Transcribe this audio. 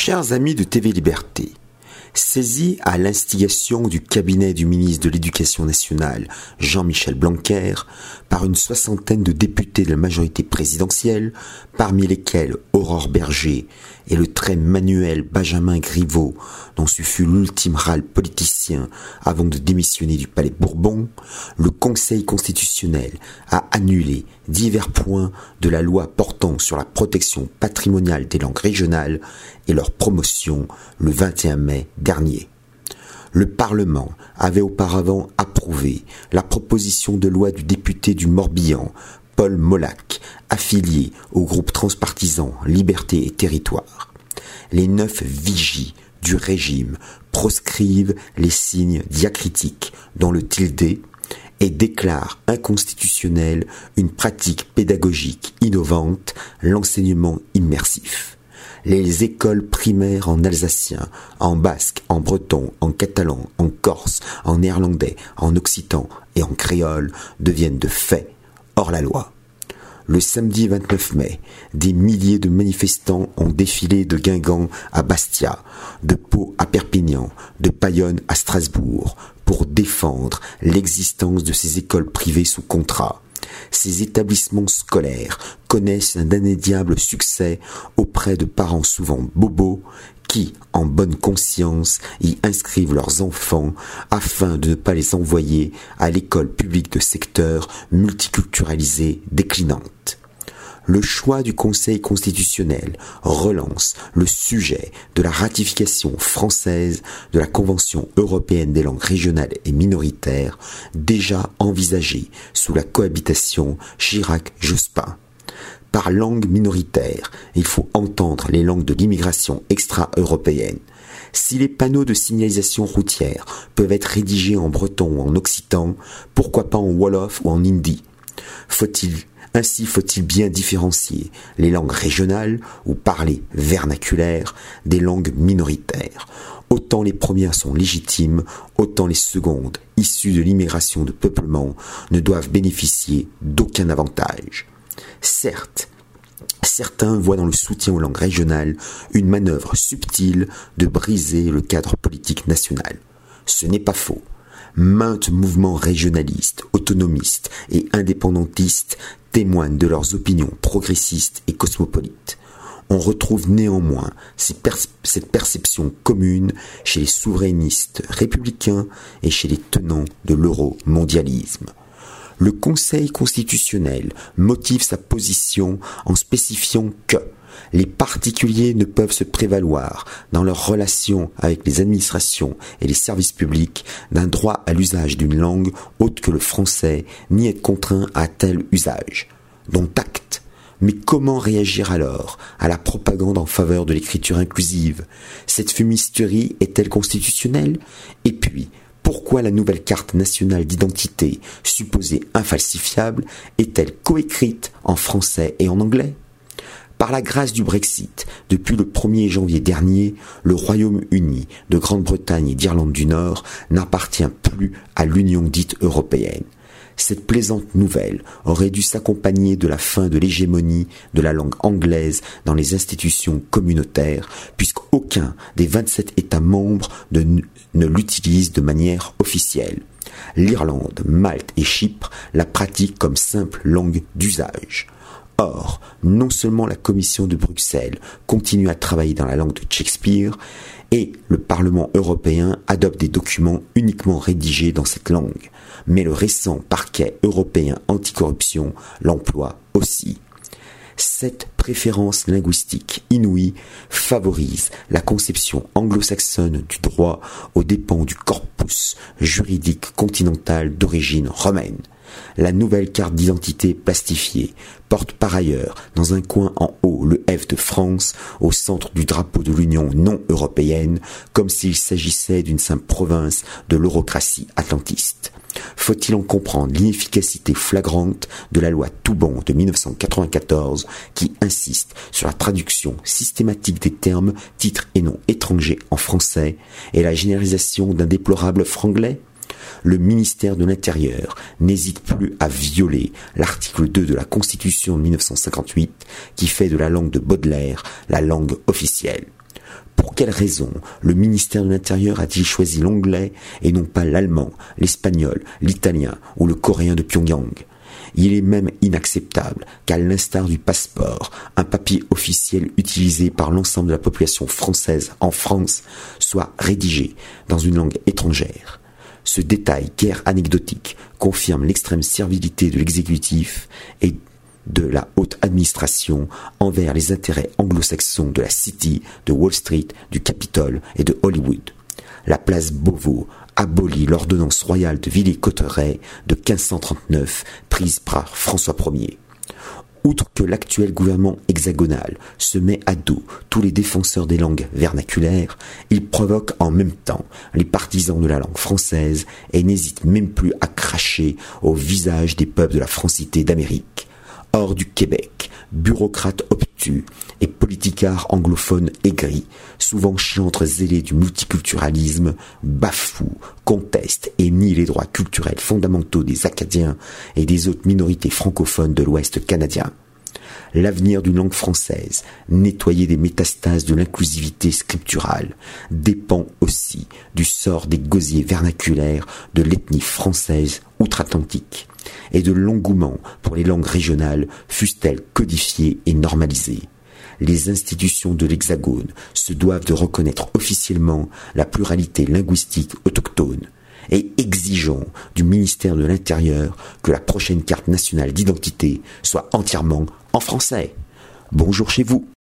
Chers amis de TV Liberté, saisis à l'instigation du cabinet du ministre de l'Éducation nationale, Jean-Michel Blanquer, par une soixantaine de députés de la majorité présidentielle, parmi lesquels Aurore Berger et le très manuel Benjamin Griveaux, dont ce fut l'ultime râle politicien avant de démissionner du Palais Bourbon, le Conseil constitutionnel a annulé divers points de la loi portant sur la protection patrimoniale des langues régionales et leur promotion le 21 mai dernier. Le Parlement avait auparavant approuvé la proposition de loi du député du Morbihan, Paul Molac, affilié au groupe transpartisan Liberté et Territoire. Les 9 vigies du régime proscrivent les signes diacritiques dans le tilde et déclarent inconstitutionnelle une pratique pédagogique innovante, l'enseignement immersif. Les écoles primaires en alsacien, en basque, en breton, en catalan, en corse, en néerlandais, en occitan et en créole deviennent de fait hors la loi. Le samedi 29 mai, des milliers de manifestants ont défilé de Guingamp à Bastia, de Pau à Perpignan, de Bayonne à Strasbourg, pour défendre l'existence de ces écoles privées sous contrat. Ces établissements scolaires connaissent un indéniable succès auprès de parents souvent bobos qui, en bonne conscience, y inscrivent leurs enfants afin de ne pas les envoyer à l'école publique de secteur multiculturalisée déclinante. Le choix du Conseil constitutionnel relance le sujet de la ratification française de la Convention européenne des langues régionales et minoritaires, déjà envisagée sous la cohabitation Chirac-Jospin. Par langue minoritaire, il faut entendre les langues de l'immigration extra-européenne. Si les panneaux de signalisation routière peuvent être rédigés en breton ou en occitan, pourquoi pas en wolof ou en hindi ? Ainsi faut-il bien différencier les langues régionales ou parlées vernaculaires des langues minoritaires. Autant les premières sont légitimes, autant les secondes, issues de l'immigration de peuplement, ne doivent bénéficier d'aucun avantage. Certes, certains voient dans le soutien aux langues régionales une manœuvre subtile de briser le cadre politique national. Ce n'est pas faux. Maintes mouvements régionalistes, autonomistes et indépendantistes témoignent de leurs opinions progressistes et cosmopolites. On retrouve néanmoins cette perception commune chez les souverainistes républicains et chez les tenants de l'euromondialisme. Le Conseil constitutionnel motive sa position en spécifiant que les particuliers ne peuvent se prévaloir dans leurs relations avec les administrations et les services publics d'un droit à l'usage d'une langue autre que le français, ni être contraints à tel usage. Dont acte. Mais comment réagir alors à la propagande en faveur de l'écriture inclusive ? Cette fumisterie est-elle constitutionnelle ? Et puis, pourquoi la nouvelle carte nationale d'identité, supposée infalsifiable, est-elle coécrite en français et en anglais ? Par la grâce du Brexit, depuis le 1er janvier dernier, le Royaume-Uni de Grande-Bretagne et d'Irlande du Nord n'appartient plus à l'Union dite européenne. Cette plaisante nouvelle aurait dû s'accompagner de la fin de l'hégémonie de la langue anglaise dans les institutions communautaires, puisqu'aucun des 27 États membres ne l'utilise de manière officielle. L'Irlande, Malte et Chypre la pratiquent comme simple langue d'usage. Or, non seulement la Commission de Bruxelles continue à travailler dans la langue de Shakespeare, et le Parlement européen adopte des documents uniquement rédigés dans cette langue, mais le récent parquet européen anticorruption l'emploie aussi. Cette préférence linguistique inouïe favorise la conception anglo-saxonne du droit aux dépens du corpus juridique continental d'origine romaine. La nouvelle carte d'identité plastifiée porte par ailleurs dans un coin en haut le F de France au centre du drapeau de l'Union non européenne, comme s'il s'agissait d'une simple province de l'eurocratie atlantiste. Faut-il en comprendre l'inefficacité flagrante de la loi Toubon de 1994 qui insiste sur la traduction systématique des termes, titres et noms étrangers en français et la généralisation d'un déplorable franglais ? Le ministère de l'Intérieur n'hésite plus à violer l'article 2 de la Constitution de 1958 qui fait de la langue de Baudelaire la langue officielle. Pour quelle raison le ministère de l'Intérieur a-t-il choisi l'anglais et non pas l'allemand, l'espagnol, l'italien ou le coréen de Pyongyang? Il est même inacceptable qu'à l'instar du passeport, un papier officiel utilisé par l'ensemble de la population française en France soit rédigé dans une langue étrangère. Ce détail guère anecdotique confirme l'extrême servilité de l'exécutif et de la haute administration envers les intérêts anglo-saxons de la City, de Wall Street, du Capitole et de Hollywood. La place Beauvau abolit l'ordonnance royale de Villers-Cotterêts de 1539 prise par François Ier. Outre que l'actuel gouvernement hexagonal se met à dos tous les défenseurs des langues vernaculaires, il provoque en même temps les partisans de la langue française et n'hésite même plus à cracher au visage des peuples de la francité d'Amérique. Hors du Québec, bureaucrates obtus et politicards anglophones aigris, souvent chantres zélés du multiculturalisme, bafouent, contestent et nient les droits culturels fondamentaux des Acadiens et des autres minorités francophones de l'Ouest canadien. L'avenir d'une langue française, nettoyée des métastases de l'inclusivité scripturale, dépend aussi du sort des gosiers vernaculaires de l'ethnie française outre-Atlantique et de l'engouement pour les langues régionales fussent-elles codifiées et normalisées. Les institutions de l'Hexagone se doivent de reconnaître officiellement la pluralité linguistique autochtone et exigeons du ministère de l'Intérieur que la prochaine carte nationale d'identité soit entièrement en français. Bonjour chez vous.